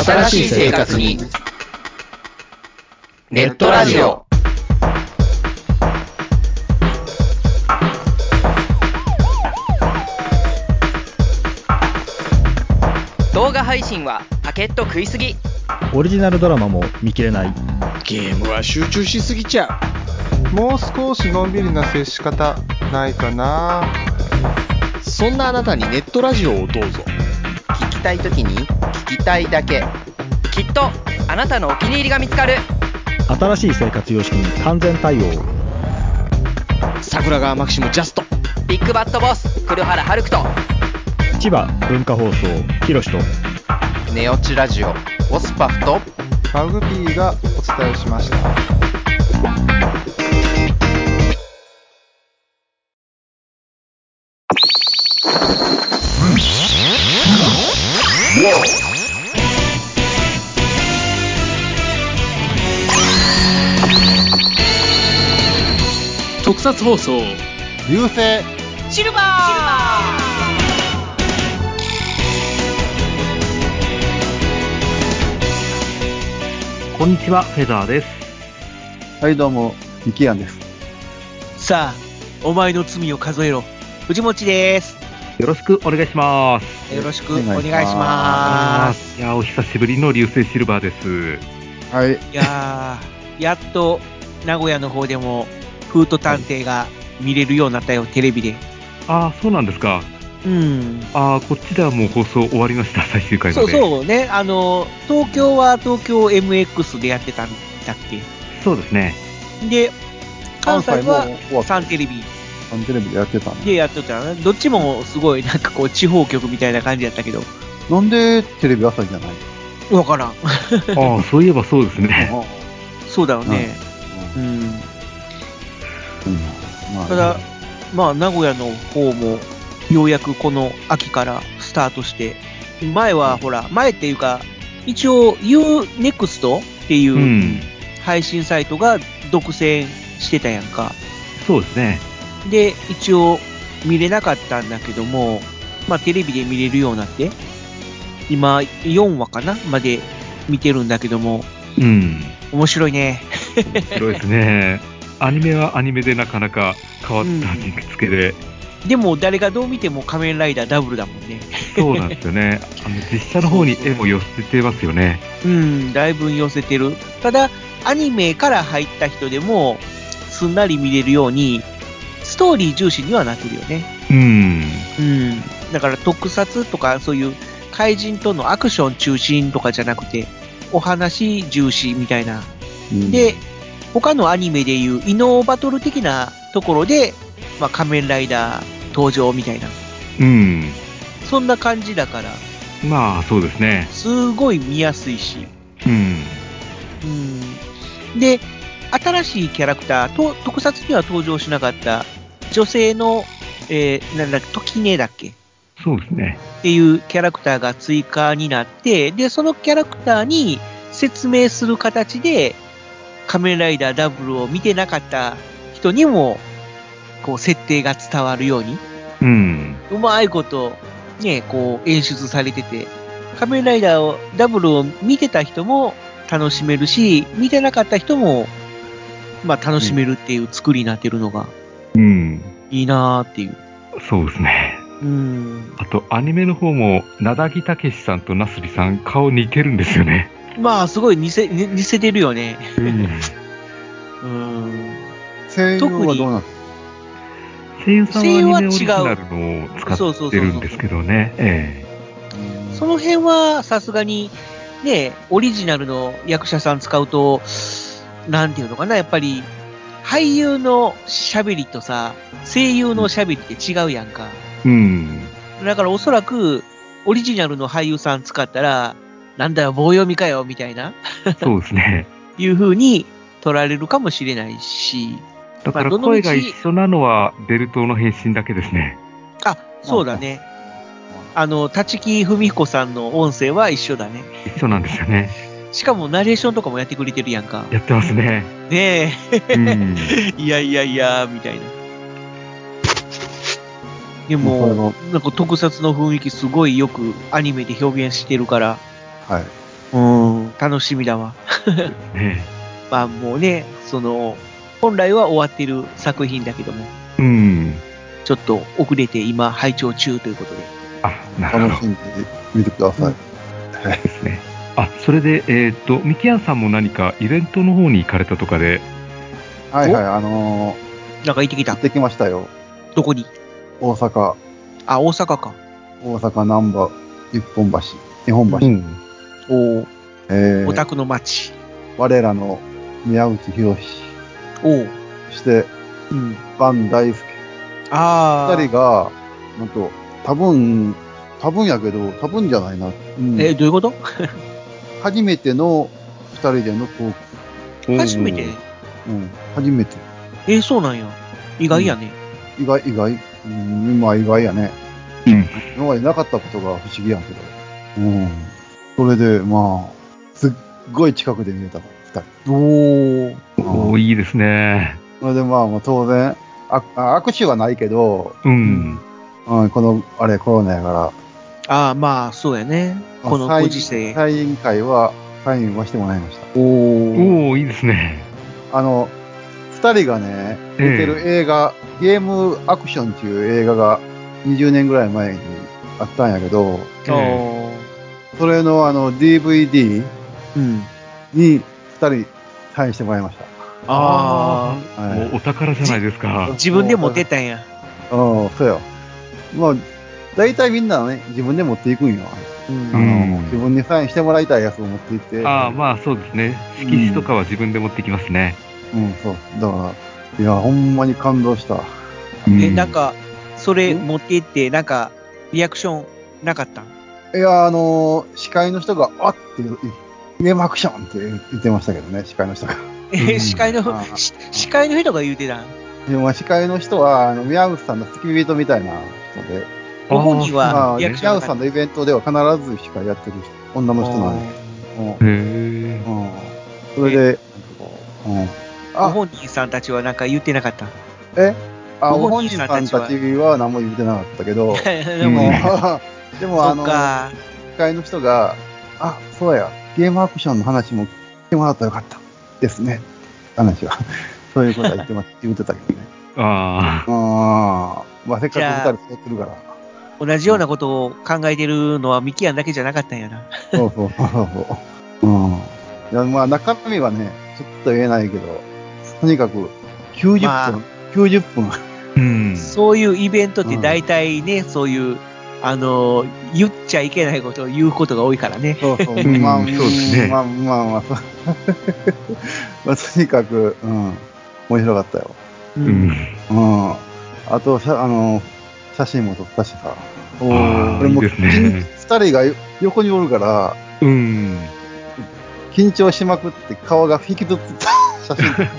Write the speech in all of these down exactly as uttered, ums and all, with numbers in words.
新しい生活にネットラジオ。 動画配信はパケット食いすぎ。 オリジナルドラマも見切れない。 ゲームは集中しすぎちゃう。もう少しのんびりな接し方ないかな。 そんなあなたにネットラジオをどうぞ。 聞きたいときに聞きたいだけ。 きっとあなたのお気に入りが見つかる。 新しい生活様式に完全対応。 桜川マキシムジャスト。 ビッグバットボス黒原遥人。 千葉文化放送ひろしとネオチラジオオスパフとマグピーがお伝えしました。 特撮放送流星シルバー。 こんにちは、フェザーです。 はい、どうも、ミキヤンです。 さあ、お前の罪を数えろ。藤持です。 よろしくお願いします。 よろしくお願いします。 いや、お久しぶりの流星シルバーです。 はい。 いやー、やっと名古屋の方でもフート探偵が見れるようになったよ、テレビで。 ああ、そうなんですか。 うん。 ああ、こっちではもう放送終わりました、最終回まで。 そうそうね。あの、東京は東京 エムエックス でやってたんだっけ。 そうですね。 で、関西はサンテレビ。 サンテレビでやってたんでやってたね。どっちもすごいなんかこう地方局みたいな感じだったけど。 なんでテレビ朝日じゃないわからん。 ああ、そういえばそうですね。 そうだよね。うん。うんうん、まあ、ただ、まあ名古屋の方も、ようやくこの秋からスタートして、前はほら、前っていうか、一応 ユーネクスト っていう配信サイトが独占してたやんか。 そうですね。 で、一応見れなかったんだけども、まあテレビで見れるようになって、今よんわかなまで見てるんだけども、 うん。 面白いね。 面白いですね。アニメはアニメでなかなか変わった人気付けで。 うん、でも誰がどう見ても仮面ライダーダブルだもんね。 そうなんですよね。あの実写の方に絵も寄せてますよね。 うん、だいぶ寄せてる。ただ、アニメから入った人でも、すんなり見れるように、ストーリー重視にはなってるよね。 うん。 うん。だから特撮とかそういう怪人とのアクション中心とかじゃなくて、お話重視みたいな。うん、で、他のアニメでいう異能バトル的なところで、まあ、仮面ライダー登場みたいな。 うん。 そんな感じだから。 まあ、そうですね。 すごい見やすいし。 うん。 うん。で、新しいキャラクターと、特撮には登場しなかった女性の、えー、なんだっけ、時音だっけ？ そうですね。 っていうキャラクターが追加になって、で、そのキャラクターに説明する形で、仮面ライダーダブルを見てなかった人にも、こう、設定が伝わるように、 うん。 うまいこと、ね、こう、演出されてて、仮面ライダーを、ダブルを見てた人も楽しめるし、見てなかった人も、まあ、楽しめるっていう作りになってるのが、 うん。 いいなーっていう。 そうですね。 うん。 あと、アニメの方も、なだぎたけしさんとなすびさん、顔似てるんですよね。 まあ、すごい似せ、似せてるよね。 うん。うん。 声優はどうなんですか？ 声優さんはアニメオリジナルのを使ってるんですけどね。ええ。その辺は、さすがに、ね、オリジナルの役者さん使うと、なんていうのかな、やっぱり、俳優の喋りとさ、声優の喋りって違うやんか。 うん。 だからおそらく、オリジナルの俳優さん使ったら、なんだよ、棒読みかよ、みたいな。 そうですね。 いう風に取られるかもしれないし。 だから声が一緒なのは、ベルトの変身だけですね。 あ、そうだね。あの、立木文彦さんの音声は一緒だね。 一緒なんですよね。 しかもナレーションとかもやってくれてるやんか。 やってますね。 ねえ。 うん、 いやいやいや、みたいな。でも、なんか特撮の雰囲気すごいよくアニメで表現してるから。 はい。 う楽しみだわ。 ねまあもうね、その、本来は終わってる作品だけども、 うん。 ちょっと遅れて今拝聴中ということで。 あ、なるほど。 楽しんでみてください。 そうですね。あ、それで、えっ、と、ミキアンさんも何かイベントの方に行かれたとかで、 はいはい、あのなんか行ってきー、行たっ。てきましたよ。 どこに？ 大阪、 あ、大阪か。 大阪難波、一本橋、日本橋、 うん。 おー、 えー、 オタクの街。 我らの宮内博史、 おー、 そして、 うん。 バン大輔。 あー。 二人が、なんと、多分、多分やけど、多分じゃないな。うんえ、どういうこと初めての二人でのトーク。 初めて？ うん、初めて。 えー、そうなんや。意外やね。 意外、意外。うん、まあ意外やね。 うん。 今までなかったことが不思議やんけど。うん。それで、まあ、すっごい近くで見れたの、二人。 おー。 おー、いいですね。 それでまあ、もう当然、ああ握手はないけど、 うん。 うん、この、あれ、コロナやから、 ああ、まあ、そうやね。このご時世。 サイン会は、サインはしてもらいました。 おー。 おー、いいですね。 あの、二人がね、出てる映画、ゲームアクションっていう映画がにじゅうねんぐらい前にあったんやけど、 えおー。 それのあの ディーブイディーうん。 に二人サインしてもらいました。 ああ、 はいもうお宝じゃないですあ。 か。 自分で持ってったんや。 うん、そうよ。まあ、大体みんなね、自分で持っていくんよ。 うんあの、 うん自分にサインしてもらいたいやつを持っていって。 ああ、まあそうですね。色紙とかは自分で持ってきますね。 うん、そう。だから、いや、ほんまに感動した。 うんえ、なんか、それ持って行って、なんか、リアクションなかったん？ いや、あのー司会の人が、あっていう、ゲームアクションって言ってましたけどね、司会の人が。 え、 うん司会のあ、 し司会の人が言うてたん？ でも、司会の人は、あの、宮内さんの付き人みたいな人で、 ご本人はまあ、 リアクションなかった宮内さんのイベントでは必ず司会やってる女の人なんで。うんへえ。 うん。それで、なんかこう、うん。 ごあ、 本人さんたちはなんか言ってなかったん？ えあ、 ごご本人さ本人さんんたちはたちは何も言ってなかったけど、 でも、 うんでも、あそっの、 か。 司会の人が、あ、そうや、ゲームアクションの話もしてもらったらよかったですね。話は。そういうことは言ってま、言ってたけどね。 ああ。 ああ、まあせっかく二人揃ってるから。 同じようなことを考えてるのはミキアンだけじゃなかったんやな。 そうそうそうそう。うん。いや、まあ中身はね、ちょっと言えないけど、とにかくきゅうじゅっぷん、 まあきゅうじゅっぷん。 うん。 そういうイベントって大体ね、そういう、あの、言っちゃいけないことを言うことが多いからね。 そうそう。 うんまあ、 そうですねまあまあまあ、そうまあ、とにかく、うん、面白かったよ。 う。 うんん。 うん。あと、しゃあの、写真も撮ったしさ。 ああ、 俺もいいですね。 二人がよ横におるから、 うん。 緊張しまくって顔が引きずってた写真。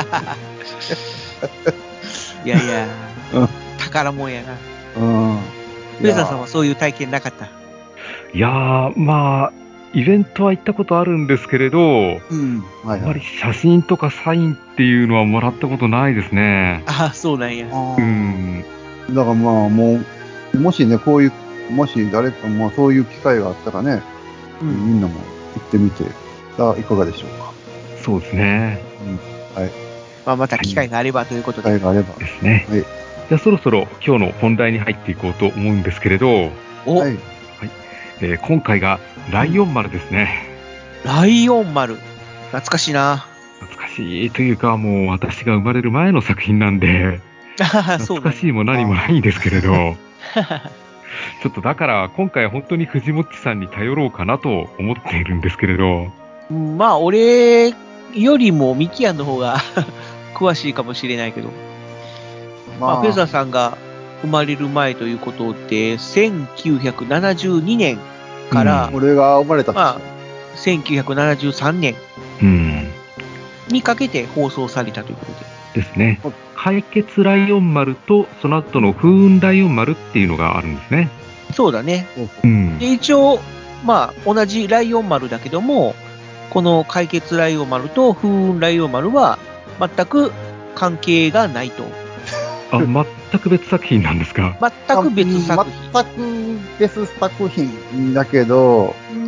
いやいやうん、 宝物やな。 うん。 ウェザーさんはそういう体験なかった？ いやー、まあ、イベントは行ったことあるんですけれど、 うん。はいはいあんまり。写真とかサインっていうのはもらったことないですね。 ああ、そうなんや。 あうーん。 だからまあもう、もしね、こういう、もし誰か、まあそういう機会があったらね、 うみん。 んなも行ってみて、さあいかがでしょうか。 そうですね。 まあ、また機会があればということで。 機会があれば。 ですね。 はい。 じゃあそろそろ今日の本題に入っていこうと思うんですけれど、 お、 はい。 えー今回がライオン丸ですね。 ライオン丸。懐かしいな。 懐かしいというか、もう私が生まれる前の作品なんで、 ああ、そうなんや懐かしいも何もないんですけれど、ちょっとだから今回は本当に藤もっちさんに頼ろうかなと思っているんですけれど、 うんまあ、俺よりもミキアンの方が詳しいかもしれないけど、まあ、フェザーさんが生まれる前ということで、せんきゅうひゃくななじゅうにねんから、 うん俺が生まれた年。 まあ、せんきゅうひゃくななじゅうさんねんうん、 にかけて放送されたということで。 ですね。解決ライオン丸とその後の風雲ライオン丸っていうのがあるんですね。 そうだね。 そうそううん。 で、一応、まあ、同じライオン丸だけども、この解決ライオン丸と風雲ライオン丸は全く関係がないと。 あ、全く別作品なんですか。 全く別作品。 全く別作品だけど、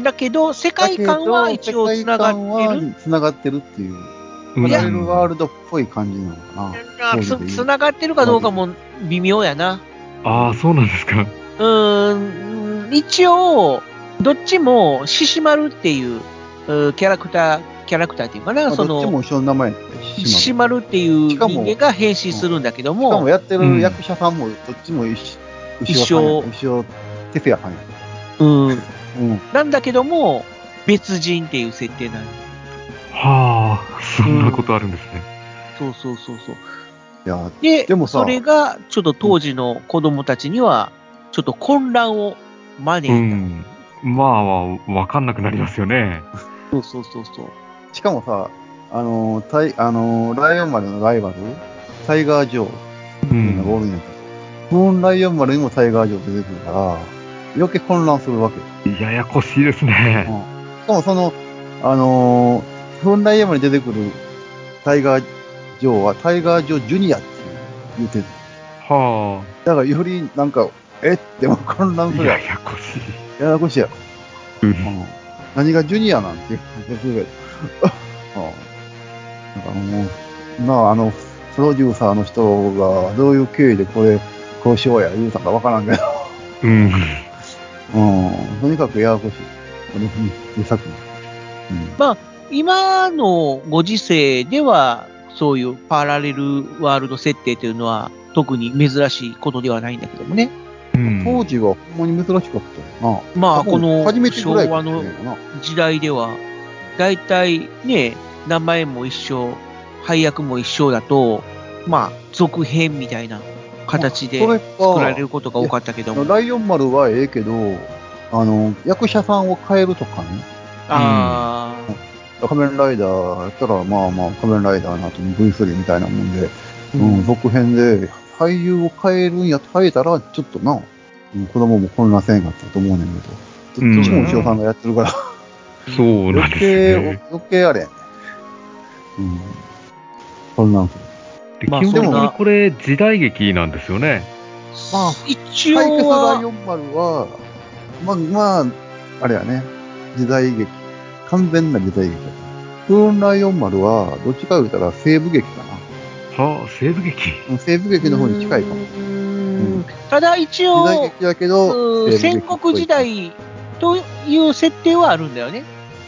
だけど、世界観は一応繋がってる。 繋がってるっていう。 うんパラレルワールドっぽい感じなのかな。 あつ、繋がってるかどうかも微妙やな。 ああ、そうなんですか。 うーん、一応、どっちも、獅子丸っていう、うキャラクター、キャラクターっていうかな、その、 どっちも一緒の名前。 獅子丸っていう人間が変身するんだけども、 しかもやってる役者さんもどっちも一緒、 一緒、 一緒、テフヤさんや。 うん。うん。 うん。 なんだけども、別人っていう設定なんはあ、そんなことあるんですね。 そうそうそうそう。 いや、 で、 でもさそれが、ちょっと当時の子供たちには、ちょっと混乱を招いた。 うん。まあ、わかんなくなりますよね。 そうそうそうそう。 しかもさ、あのー、タイ、あのー、ライオン丸のライバル、タイガー・ジョーっていうのがおるんやけど、フーンライオン丸にもタイガー・ジョー出てくるから、余計混乱するわけ。 ややこしいですね。 うん、しかもその、あのー、フーンライオン丸に出てくるタイガー・ジョーはタイガー・ジョー・ジュニアって言ってる。 はあ。だからよりなんか、えっても混乱するやややこしい。 ややこしいやろ。 うん。 うん、何がジュニアなんて言ってくるけど。なんかもう、まあ、あの、プロデューサーの人がどういう経緯でこれ、こうしようや言うたかわからんけど。 うん。 うん。とにかくややこしい。このにさく。うん、 まあ、今のご時世では、そういうパラレルワールド設定というのは特に珍しいことではないんだけどもね。 うん、 当時はほんまに珍しかったよな。 まあ、この昭和の時代では、だいたいね、名前も一緒、配役も一緒だと、まあ、続編みたいな形で作られることが多かったけども。 ライオン丸はええけど、あの、役者さんを変えるとかね。 ああ、 うん。仮面ライダーやったら、まあまあ、仮面ライダーの後に ブイスリー みたいなもんで、うん、うん、続編で俳優を変えるんや、変えたら、ちょっとな、うん、子供も混乱せんかったと思うねんけど、どっちも牛尾さんがやってるから、 そうなんですね。 余計、余計あれ。うん。混乱する。 まあ、基本的にこれ、時代劇なんですよね。 まあ、一応は。 対決ライオン丸は、まあ、まあ、あれやね、時代劇。完全な時代劇や。フーンライオン丸は、どっちか言うたら西部劇かな。はあ、西部劇西部劇の方に近いかも。うん、 ただ一応、 時代劇だけど、 戦国時代という設定はあるんだよね。 うん。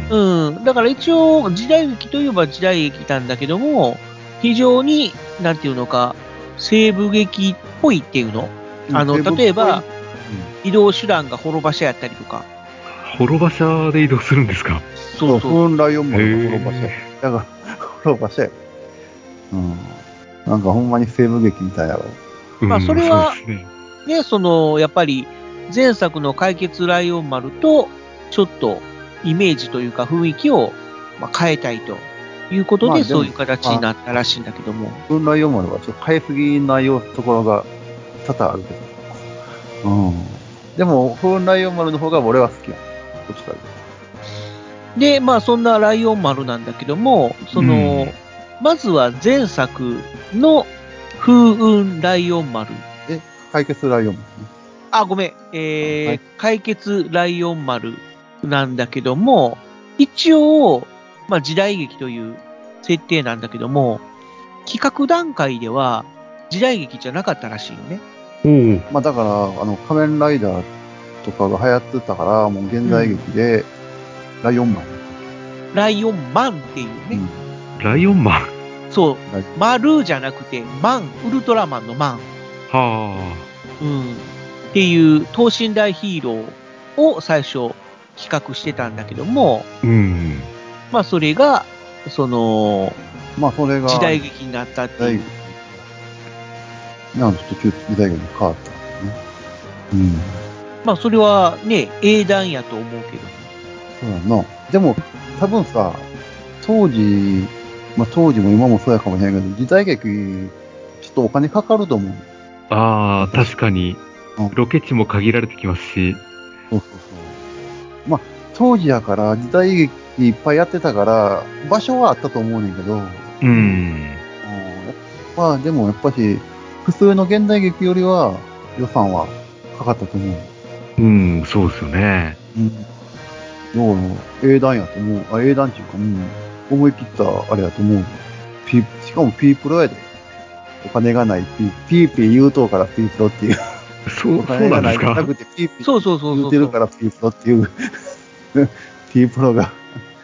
うん。だから一応、時代劇といえば時代劇なんだけども、非常に、なんていうのか、西部劇っぽいっていうの、うん、あの、例えば、うん、移動手段が滅場所やったりとか。 滅場所で移動するんですか？ そうそう。フーンライオン丸が滅場所や。だから、滅場所や。うん。なんかほんまに西部劇みたいやろ。 まあ、それは、うん、ね、ね、その、やっぱり、前作の解決ライオン丸と、ちょっと、イメージというか雰囲気を、まあ、変えたいということで、まあ、そういう形になったらしいんだけども。 フーンライオン丸はちょっと変えすぎなよところが多々あるけど。うん。でも、フーンライオン丸の方が俺は好きや。どっちかで、まあ、そんなライオン丸なんだけども、その、うん、まずは前作の風雲ライオン丸。 え、解決ライオン丸、ね、 あ、ごめん。えー、はい、解決ライオン丸なんだけども、一応、まあ、時代劇という設定なんだけども、企画段階では時代劇じゃなかったらしいよね。 うん。まあ、だから、あの、仮面ライダーとかが流行ってたから、もう現代劇で、ライオンマン、 うん。ライオンマンっていうね。 うん、ライオンマンそう。丸じゃなくて、マン、ウルトラマンのマン。 はあ。うん。っていう等身大ヒーローを最初企画してたんだけども、 うん。 まあそれが、その、 まあそれが、 時代劇になったっていう。 なんと途中時代劇に変わったんだよね。うん。 まあそれはね、英断やと思うけど。 そうやな。でも、多分さ、当時、まあ当時も今もそうやかもしれないけど、時代劇、ちょっとお金かかると思う。 ああ、確かに。ロケ地も限られてきますし。 そうそうそう。まあ、当時やから時代劇いっぱいやってたから、場所はあったと思うねんけど。 うん。うん、 まあ、でもやっぱし、普通の現代劇よりは予算はかかったと思う。 うん、そうですよね。 うん。 の英断やと思う。あ、英断っていうか、うん。思い切ったあれやと思う。ピしかもピープロやで。お金がないピー、ピーピー言うとうからピープロっていう。 そう、 おそう金がないじゃなんですかなくてピーピーそうそうそうそう言うてるからピープロっていう。ピープロが。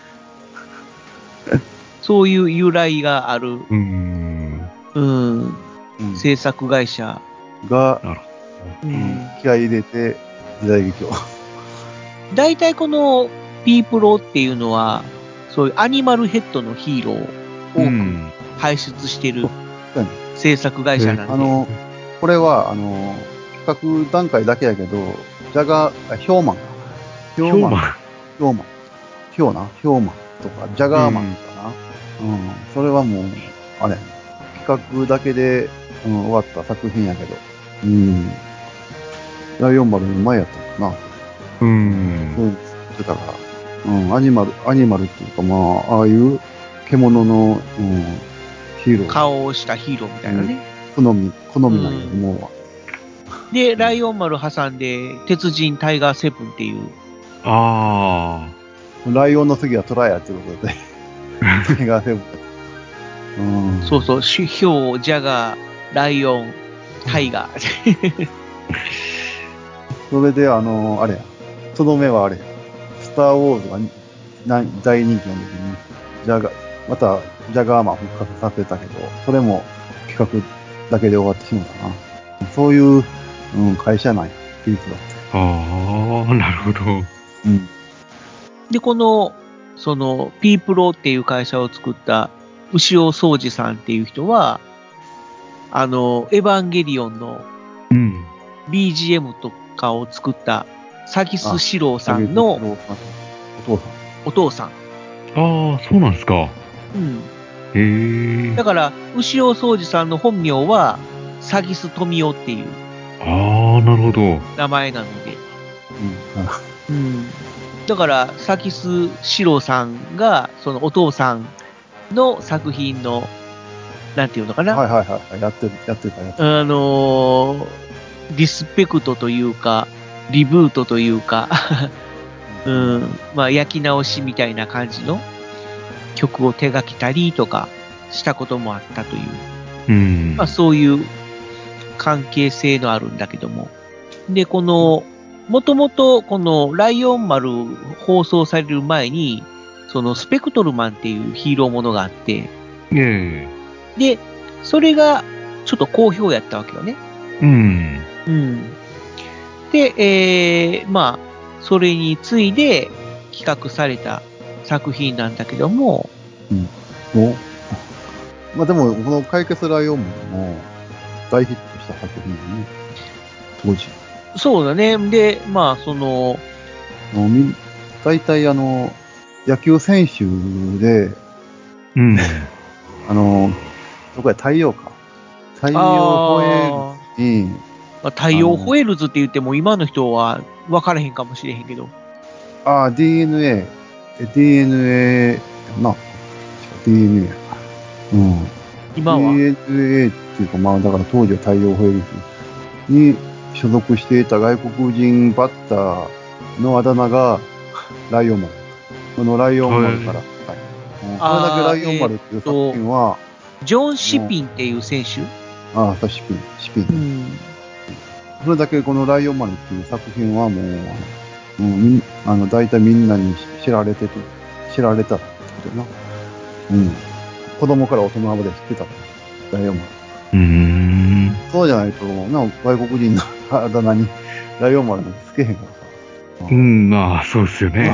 そういう由来がある、 うーん。 うん、 うん制作会社。 が、 なるううんん、気合い入れて時代劇を。 大体このピープロっていうのは、そういうアニマルヘッドのヒーローをほど。う多くん。 輩出してるそうやね制作会社なんで。 あの、これは、あの、企画段階だけやけど、ジャガー、あヒョーマンか。ヒヒョーマン。 ヒョーマン。ヒョーな、ヒョーマンとか、ジャガーマンかな。うん。それはもう、あれやね。企画だけで、うん、終わった作品やけど。うん。ライオン丸うまいやったかな。 うー。 うんん。ってたから。うん。アニマル、アニマルっていうか、まあ、ああいう獣の、うん、ヒーロー。 顔をしたヒーローみたいなね。 好み、好みなんやと思うわ。 で、ライオン丸挟んで、鉄人タイガーセブンっていう、 あライオンの次はトライやっていうことで。タイガーセブン。うん。 そうそう、シュヒョウ、ジャガー、ライオン、タイガー。 それで、あの、あれや。とどめはあれや。スターウォーズがな大人気の時に、ジャガ、また、ジャガーマン復活させたけど、それも企画だけで終わってしまったな。そういう、うん、会社なんや。ピープロって。 あ。ああ、なるほど。 うん。 で、この、その、ピープロっていう会社を作った、牛尾壮司さんっていう人は、あの、エヴァンゲリオンのうん。 ビージーエム とかを作った、サギス四郎さんのお父さん。 お父さん。 ああ、そうなんですか。 うん。 へえ。 だから、牛尾壮司さんの本名は、サギス富夫っていうああ、なるほど。 名前なので。 うん。 うん。だから、サギス四郎さんが、そのお父さんの作品の、なんていうのかな。 はいはいはいはい。やってる、やってた、やってた。 あのーリスペクトというか、リブートというか、うん、まあ、焼き直しみたいな感じの曲を手掛けたりとかしたこともあったという、 うん。 まあ、そういう関係性のあるんだけども。で、この、もともとこのライオン丸放送される前に、そのスペクトルマンっていうヒーローものがあって、 ええ。 で、それがちょっと好評やったわけよね。 うん。 うん。で、えー、まあ、それについで企画された作品なんだけども、 おまあでも、この解決ライオンも大ヒットした作品だね。当時。 そうだね。で、まあ、その、 もうみ大体あの、野球選手で、 うん。 あの、どこや、太陽か。太陽ホエーあルに、 まあ、太陽ホエールズって言っても今の人は分からへんかもしれへんけど。 ああ、ディーエヌエー、え ディーエヌエー、な、ディーエヌエー や。うん。 今は。 ディーエヌエー っていうか、まあ、だから当時は太陽ホエールズに所属していた外国人バッターのあだ名がライオン丸。このライオン丸から、はいうん、これだけライオン丸っていう作品は、 ジョン・シピンっていう選手。 ああ、そうシピン、シピン。 うん。 それだけこのライオン丸っていう作品はもう、もうみんあの、大体みんなに知られてて、知られたってことやな。うん。子供から大人まで知ってた。ライオン丸。 うーん。 そうじゃないと、な、外国人のあだ名にライオン丸なんてつけへんからさ。 うん、まあ、そうですよね。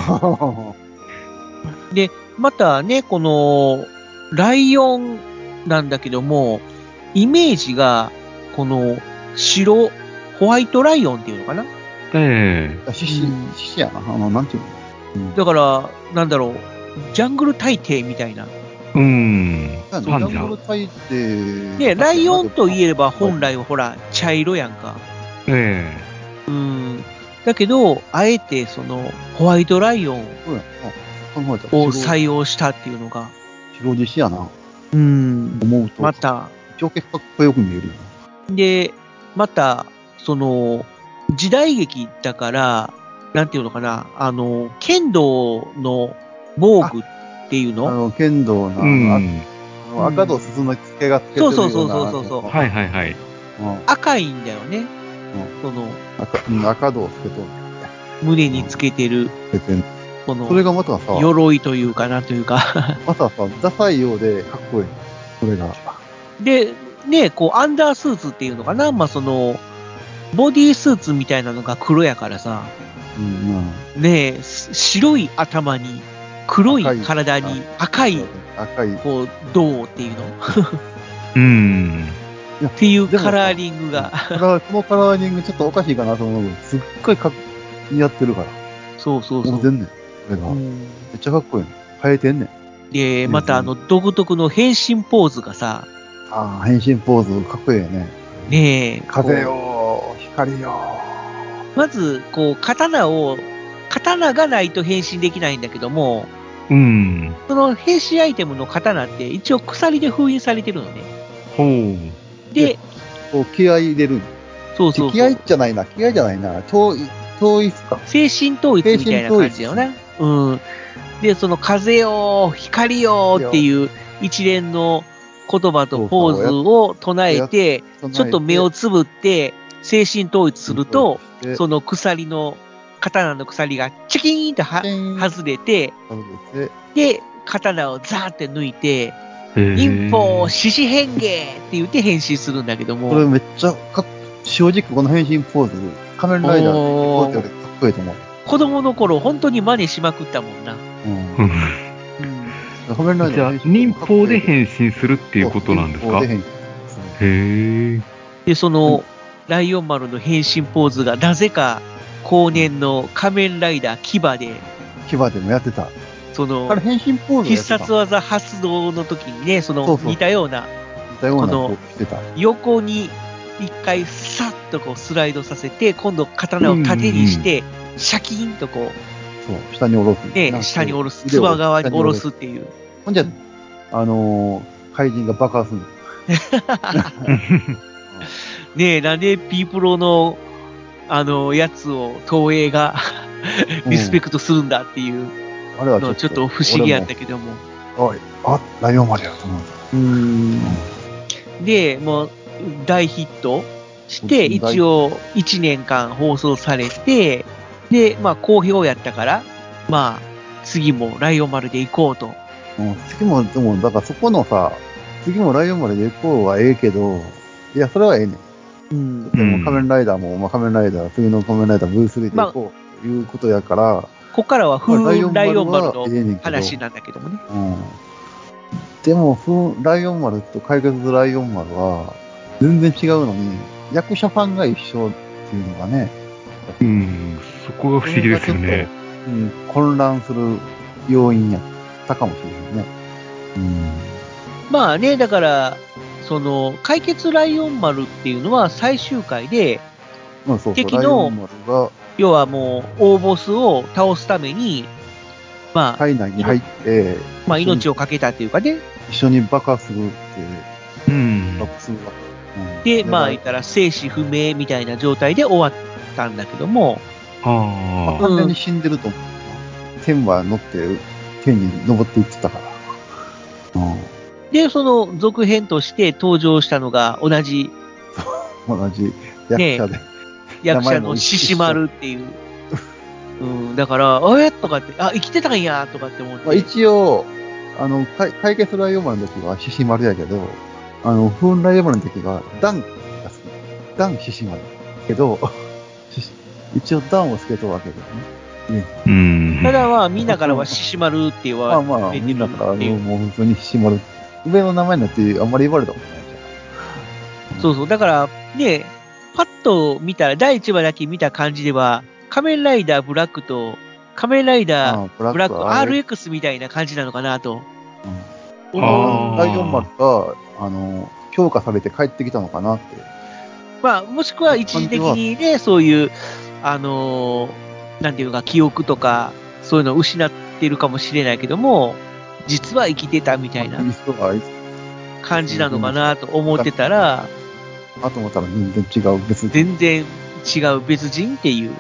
で、またね、この、ライオンなんだけども、イメージが、この、白、ホワイトライオンっていうのかな。 え獅子、獅子やな。あの、なんていうの、うん、 だから、なんだろう、ジャングル大帝みたいな。 え。うん。 ジパンジャャングル大帝。 で、ライオンといええば本来はほら、茶色やんか。 えうん。だけど、あえてその、ホワイトライオンそうやな。考えたらを白採用したっていうのが、 白獅子やな。 うん。 思うと。 また、 一応結構かっこよく見えるよな。 で、また、その、時代劇だから、 なんていうのかな、あの、剣道の防具っていうのあの、剣道の、あうの、あん。 あの赤と鈴の付けがつけてるような。 そうそうそうそうそうはいはいはい。 うん。 赤いんだよね。その、 赤、うん赤道をつけとる。 胸につけてる、 つけてんこのそ、れがまたさ、 鎧というかなというか。 またさ、ダサいようでかっこいい。それが。 で、ね、こう、アンダースーツっていうのかな、まあ、その、ボディースーツみたいなのが黒やからさ、 うん、まねえ、す白い頭に、黒い体に赤い、 あ、赤い。 こう、銅っていうのうん。 いやっていうでもさカラーリングが。 カラーこのカラーリングちょっとおかしいかなと思うけど、すっごいかっ似合ってるから。 そうそうそう。 思ってんねん。これが。めうんっちゃかっこいいの。生えてんねん。 で、またあの、独特の変身ポーズがさ、 ああ、変身ポーズかっこいいよね。 ねえ、 風こよ、光よ。 うまず、こう、刀を、刀がないと変身できないんだけども、 うん。 その変身アイテムの刀って一応鎖で封印されてるのね。 ほう。 で、 こう気合い入れる。 そうそうそう。 気合いじゃないな。気合いじゃないな。統一、統一か。 精神統一みたいな感じだよね。うん。で、その風よ、光よっていう一連の言葉とポーズを唱えて、ちょっと目をつぶって精神統一すると、その鎖の、刀の鎖がチキーンとは外れて、で、刀をザーって抜いて、忍法獅子変化って言って変身するんだけども。 これめっちゃかっ、正直この変身ポーズ、仮面ライダーのポーズよりかっこいいと思う。 子供の頃本当に真似しまくったもんな。 うん。 仮面ライダーじゃあ、忍法で変身するっていうことなんですか？へえ。 で、その、ライオン丸の変身ポーズがなぜか後年の仮面ライダー牙で、 牙でもやってた。 その、 あれ変身ポーズ必殺技発動の時にね、その似たような、 似たようなこしてた。 横に一回さっとこうスライドさせて、今度刀を縦にして、シャキーンとこう、 そう、下に下ろす。 ね、下に下ろす。つば側に下ろすっていう。 ほんじゃ、あのー、怪人が爆発するの。 ねえ、なんでピープロの、あの、やつを東映がリスペクトするんだっていうあれはのちょっと不思議やったけども。 おい、あ、ライオン丸やと思う。 うん。で、もう大ヒットして、一応いちねんかん放送されて、で、まあ好評やったから、まあ次もライオン丸で行こうと。 うん、次も、でも、だからそこのさ、次もライオン丸で行こうはええけど、いや、それはええねん。 うん。 でも仮面ライダーも、まあ仮面ライダー、次の仮面ライダーブースリーで行こうということやから、 ここからは風雲ライオン丸の話なんだけどもね。 うん。でも、風ライオン丸と解決ライオン丸は、全然違うのに、役者さんが一緒っていうのがね。 うん、そこが不思議ですよね。 うん、混乱する要因やったかもしれないね。うん。 まあね、だから、その、解決ライオン丸っていうのは最終回で、 まあ、そうそう敵の、要はもう、大ボスを倒すために、まあ、 体内に入って、 まあ、命をかけたっていうかね。 一緒に爆破するって、 うん。 爆するわけ。で、まあ、言ったら生死不明みたいな状態で終わったんだけども、 ああ。完全に死んでると思う。天は乗って、天に登っていってたから。うん。 で、その続編として登場したのが同じ、 同じ役者で。 ね、役者の獅子丸っていう。うん、だから、あえとかって、あ、生きてたんやとかって思って。 まあ、一応、あの、解決ライオン丸の時は獅子丸やけど、あの、風雲ライオン丸の時はダンが好き。ダン獅子丸。けど、一応ダンをつけとるわけですね。ね、 うん。 ただまあ、みんなからは獅子丸って言われてる。 まあまあ、みんなからもう普通に獅子丸。上の名前になってあんまり言われたことないじゃん。 そうそう。だから、ね、パッと見たら、だいいちわだけ見た感じでは、仮面ライダーブラックと、仮面ライダーブラック アールエックス みたいな感じなのかなと。 うん、あライオン丸が、あの、強化されて帰ってきたのかなって。 まあ、もしくは一時的にね、そういう、あのー、なんていうか、記憶とか、そういうのを失ってるかもしれないけども、実は生きてたみたいな感じなのかなと思ってたら、 あと思ったら全然違う別人。 全然違う別人っていう。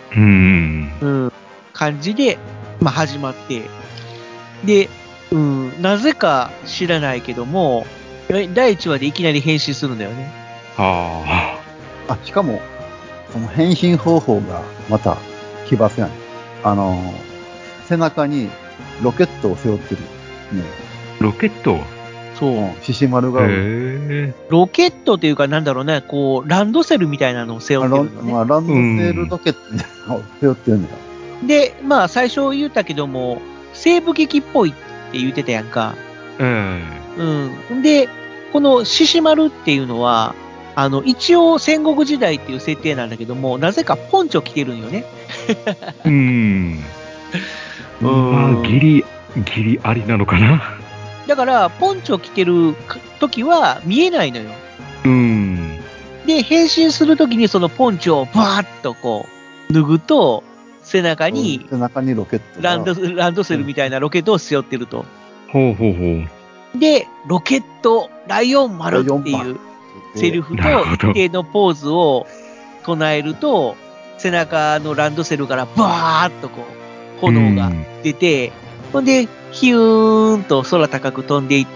うん。 うん、感じで、まあ、始まって、で、うん、なぜか知らないけども、だいいちわでいきなり変身するんだよね。 はあ、しかも、その変身方法がまた奇抜やね。あのー、背中にロケットを背負ってる。ね、 あ。ロケットそう。 うん、獅子丸が、 へえ。 ロケットっていうか、なんだろうね、こう、ランドセルみたいなのを背負まあってるのね。 ランまあ、ランドセルロケットみたいなのを背負ってるんだよ。 で、まあ、最初言ったけども、西部劇っぽいって言ってたやんか。 えうん。で、この獅子丸っていうのは、あの、一応戦国時代っていう設定なんだけども、なぜかポンチョ着てるんよね。 え。うん。まあ、ギリ、ギリありなのかな。 だから、ポンチョ着てる時は見えないのよ。 うん。 で、変身するときにそのポンチョをバーッとこう、脱ぐと、背中に背中にロケットが。 ランド、ランドセルみたいなロケットを背負ってると。 ほうほうほう。 で、ロケットライオン丸っていうセリフとなるほど一定のポーズを唱えると、背中のランドセルからバーッとこう、炎が出て、ほんで、ヒューンと空高く飛んでいって、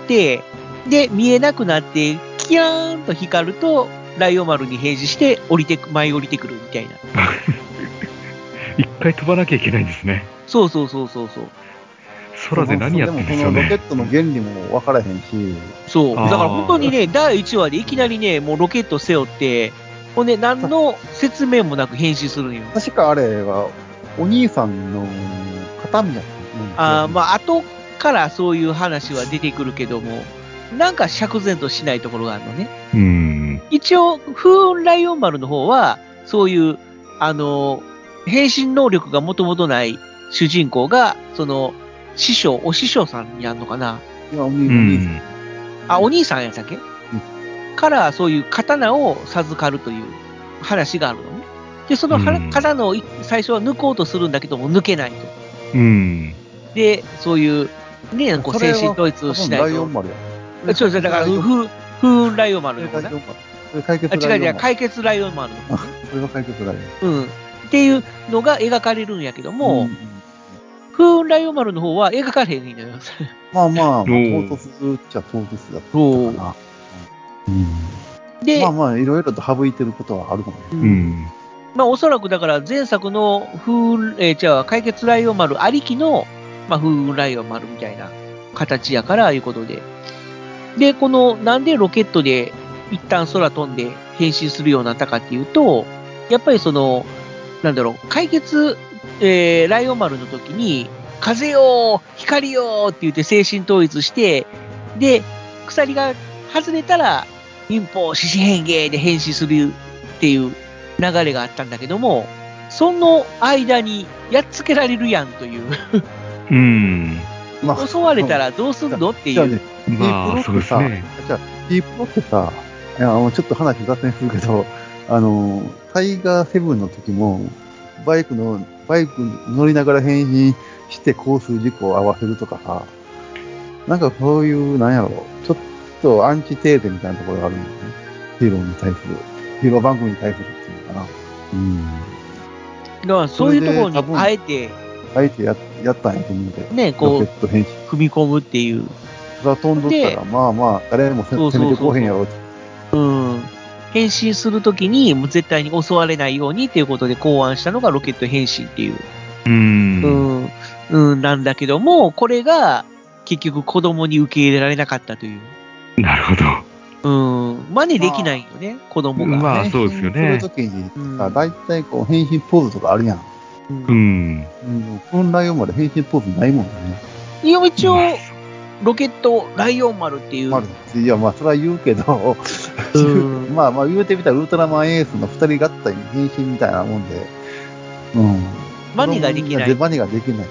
で、見えなくなって、キヤーンと光ると、ライオン丸に変身して降りてく、舞い降りてくるみたいな。 一回飛ばなきゃいけないんですね。 そうそうそうそうそう。 空で何やってるんですよでもそのロケッね。 トの原理も分からへんし、 そう。だあーから本当にね、だいいちわでいきなりね、もうロケット背負って、ほんで、何の説明もなく変身するんよ。 確かあれは、お兄さんの形見やったあーまあ、後からそういう話は出てくるけども、なんか釈然としないところがあるのね。 うん。 一応、風雲ライオン丸の方は、そういう、あの、変身能力がもともとない主人公が、その、師匠、お師匠さんになるのかな。 いや、お兄うお兄さん。 ん。 あ、お兄さんやったっけ、から、そういう刀を授かるという話があるのね。で、そのはうん刀をい最初は抜こうとするんだけども、抜けないと。 うん。 で、そういう、ね、こう、精神統一しないとライオン。丸や。 そうそう、だから、 ライオン風風雲ライオン丸の方な。 それそれ解決あ、 ライオン丸。 違う違う、解決ライオン丸の方ね。 それが解決ライオン。 うん。っていうのが描かれるんやけども、 ん風雲ライオン丸の方は描かれへんのよ。 まあまあ、まあ、唐おー突っちゃ唐突だったそうかな。うんで、 まあまあ、いろいろと省いてることはあるかもね。 ううんん。 まあおそらくだから前作の風、えー、じゃあ解決ライオン丸ありきの、まあ風雲ライオン丸みたいな形やから、いうことで。で、この、なんでロケットで一旦空飛んで変身するようになったかっていうと、やっぱりその、なんだろう、解決、えー、ライオン丸の時に、風よー光よーって言って精神統一して、で、鎖が外れたら、民法獅子変形で変身するっていう流れがあったんだけども、その間にやっつけられるやんという、 うん。 ま襲われたらどうすんのっていうじゃあね。、 まあ、そうですね。 じゃあ、ディープロってさ、いや、もうちょっと話脱線するけど、あの、タイガーセブンの時も、バイクの、バイク乗りながら変身して交通事故を合わせるとかさ、なんかそういう、なんやろ、ちょっとアンチテーゼみたいなところがあるんだよね。ヒーローに対する、ヒーロー番組に対するっていうのかな。うん。 だからそういうところにあえてあえてややったんやと思うで。 ね、こうロケット変身。 踏み込むっていう、 空飛んどったら、まあまあ、誰もせそうそうそう攻めてこへんやろって。 うん、変身するときにもう絶対に襲われないようにっていうことで考案したのがロケット変身っていう、 うん。 うん、うん、なんだけども、これが結局子供に受け入れられなかったという。 なるほど。 うん、真似できないよね、子供が。 まあそうですよね変身するときにうんさ、大体こう変身ポーズとかあるやん。 うんうん。 うん。このライオンまで変身ポーズないもんね。 いや、一応、ロケットライオン丸っていう、 まあ、いや、まあ、それは言うけど、 うんまあまあ、言うてみたらウルトラマンエースの二人合体に変身みたいなもんで、うん。 真似ができない。 真似ができない。うん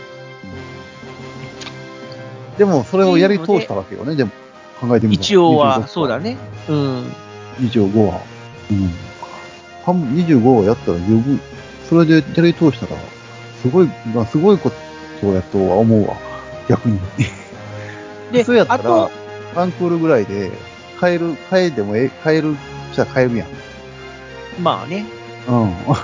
でも、それをやり通したわけよね、でも、考えてみたら。 一応は、そうだ。ね。うん。 にじゅうごは。うん。半分にじゅうごはやったら十分、それでやり通したら、すごい、まあすごいことやとは思うわ。逆に。 で、 そうやったらあと、、 ワンクールぐらいで、変える、変えてもえ、変える、じゃ変えるやん。 まあね。 うん。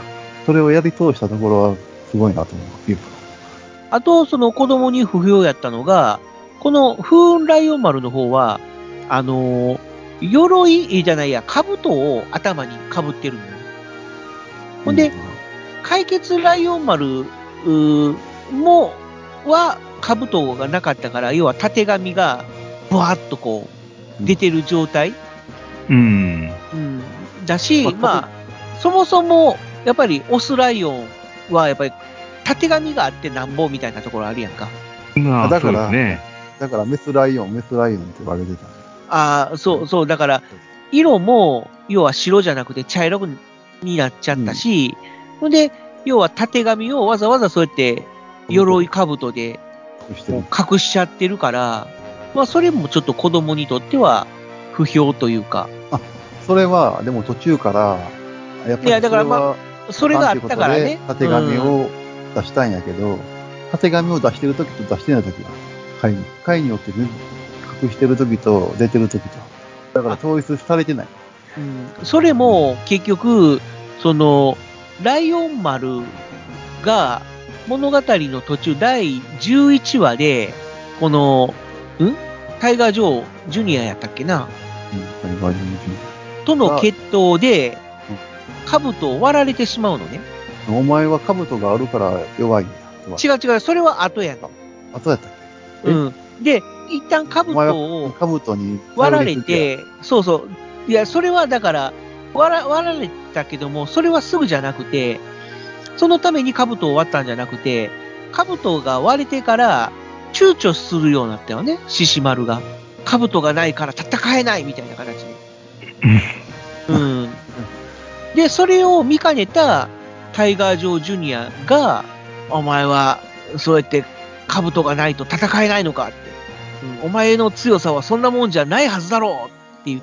それをやり通したところはすごいなと思う。いうかあと、その子供に不評やったのが、この風雲ライオン丸の方は、あのー、鎧じゃないや、兜を頭に被ってるのよ。ほんで、解決ライオン丸うーも、は、兜がなかったから、要は縦紙が、ブワーッとこう、出てる状態、 うん。 うん、だし、 まあまあ、そもそも、やっぱりオスライオンは、やっぱり、縦紙があってなんぼみたいなところあるやんか。 まあ、そうだからですね。 だからメスライオン、メスライオンって言われてた。 ああ、そうそう、だから、色も、要は白じゃなくて茶色になっちゃったし、ほんで、要は縦紙をわざわざそうやって、鎧兜で隠してるこう隠しちゃってるから、まあ、それもちょっと子供にとっては不評というか、 それは、でも途中から、やっぱりいやだからそれはそれがあったからね。 縦紙を出したんやけど、縦紙を出してる時と出してない時は、回に、回によって全部隠してる時と出てる時と。だから統一されてない。 うん、それも結局、その、ライオン丸が物語の途中だいじゅういちわで、この、んタイガー・ジョー・ジュニアやったっけなうん、タイガージョージとの決闘で、兜を割られてしまうのね。 お前は兜があるから弱いんだ。 違う違う、それは後やの。 あとやったっけうん。で、一旦お前兜をは兜に割られ頼りすぎや、 て、そうそう。いや、それはだから、割ら割られたけども、それはすぐじゃなくて、そのために兜を割ったんじゃなくて、兜が割れてから、躊躇するようになったよね、獅子丸が。兜がないから戦えないみたいな形で。うん。で、それを見かねたタイガー・ジョー・ジュニアが、お前は、そうやって兜がないと戦えないのかって。うん、お前の強さはそんなもんじゃないはずだろうって言って、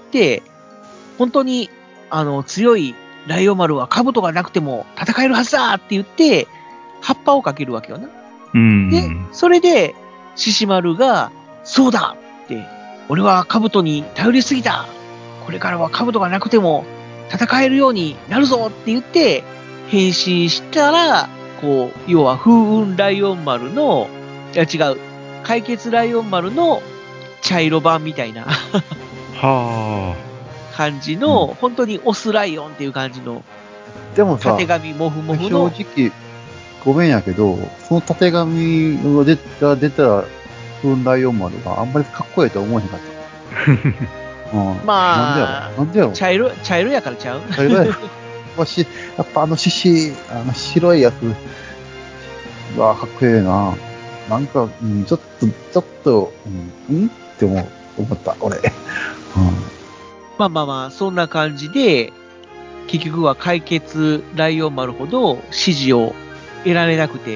本当に、あの、強いライオン丸は兜がなくても戦えるはずだって言って、葉っぱをかけるわけよな。 うん。 で、それで、獅子丸が、そうだって、俺は兜に頼りすぎた。これからは兜がなくても戦えるようになるぞって言って、変身したら、こう、要は風雲ライオン丸の、いや違う、解決ライオン丸の茶色版みたいなは感じの、 うん本当にオスライオンっていう感じの、 でもさ、 縦紙もふもふ正の、 直、ごめんやけど、その縦紙が出た、出たら、風雲ライオン丸があんまりかっこいいとは思えへんかった。うん、 まあなんでやろなんでやろ茶色、茶色やからちゃう茶色やわし、やっぱあの獅子、あの白いやつ、うわかっこいいな。なんか、うん、ちょっと、ちょっと、うん、うんって思う、思った、俺。うん。 まあまあまあ、そんな感じで、結局は解決ライオン丸ほど支持を得られなくて、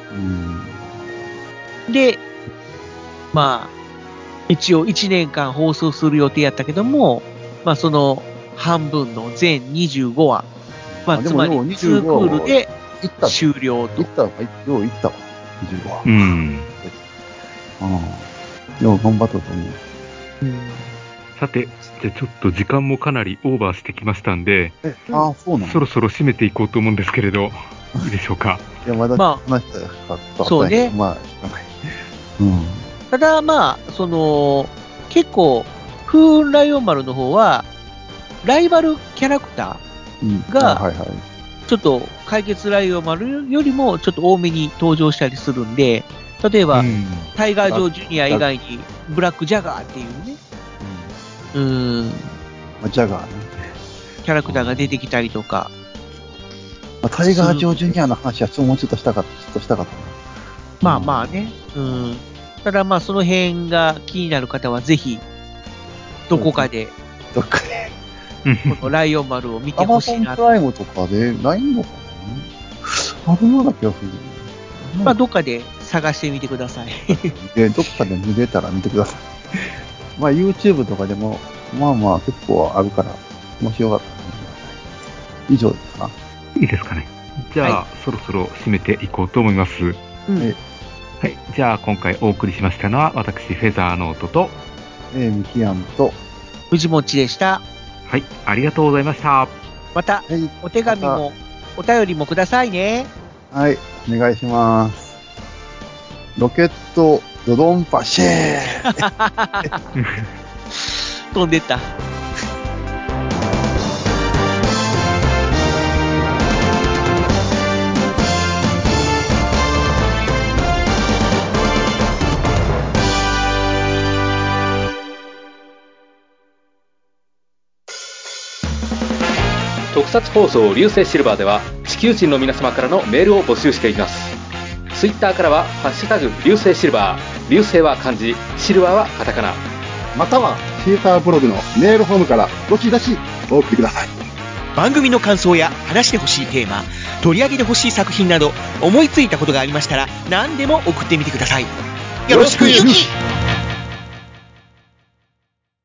うん。 で、まあ、一応いちねんかん放送する予定やったけども、まあその半分の全にじゅうごわ、まああでつまりもようにクールで行った。 終了と行。ったわ。よう行ったわ。にじゅうごは。 あ。うん。 うん。よう頑張ったと思う。 うんさて、じゃあちょっと時間もかなりオーバーしてきましたんで、 え、ああ、そうなのそろそろ締めていこうと思うんですけれど、いいでしょうか。 いや、まだま話したかった。 そうねまあ、しょうがない。うん。 ただまあ、その、結構、風雲ライオン丸の方は、ライバルキャラクタうん。 があはいはい。 ー、ちょっと解決ライオン丸よりもちょっと多めに登場したりするんで、例えば、 うん。 タイガー・ジョー・ジュニア以外に、ブラック・ジャガーっていうね、うーん、 まあ、ジャガーね。 キャラクターが出てきたりとか、 まあ、タイガー・ジョー・ジュニアの話はちょっともうちょっとしたかった、ちょっとしたかったな。 まあまあね、うん。ただまあその辺が気になる方はぜひ、どこかで、 どっかで。 このライオン丸を見てアマゾほしいな。 ンプライムとかでないのかなあるような気がする。 まあどっかで探してみてください。 で、どっかで見れたら見てください。まあ YouTube とかでも、まあまあ結構あるから、もしよかったら見てください。以上ですか。 いいですかね。じゃあ、 はそろそろ締めていこうと思います。 うんえはい。じゃあ、今回お送りしましたのは、私、フェザーノートと、 えー、ミキアンと、 藤持ちでした。 はい、ありがとうございました。 また、 はい、 お手紙もお便りもくださいね。 はい、お願いします。ロケット、ドドンパシェー飛んでった。 特撮放送流星シルバーでは地球人の皆様からのメールを募集しています。ツイッターからはハッシュタグ流星シルバー、流星は漢字、シルバーはカタカナ、 またはシーサーブログのメールフォームからどしどしお送りください。 番組の感想や話してほしいテーマ、取り上げてほしい作品など思いついたことがありましたら何でも送ってみてください。よろしくゆき。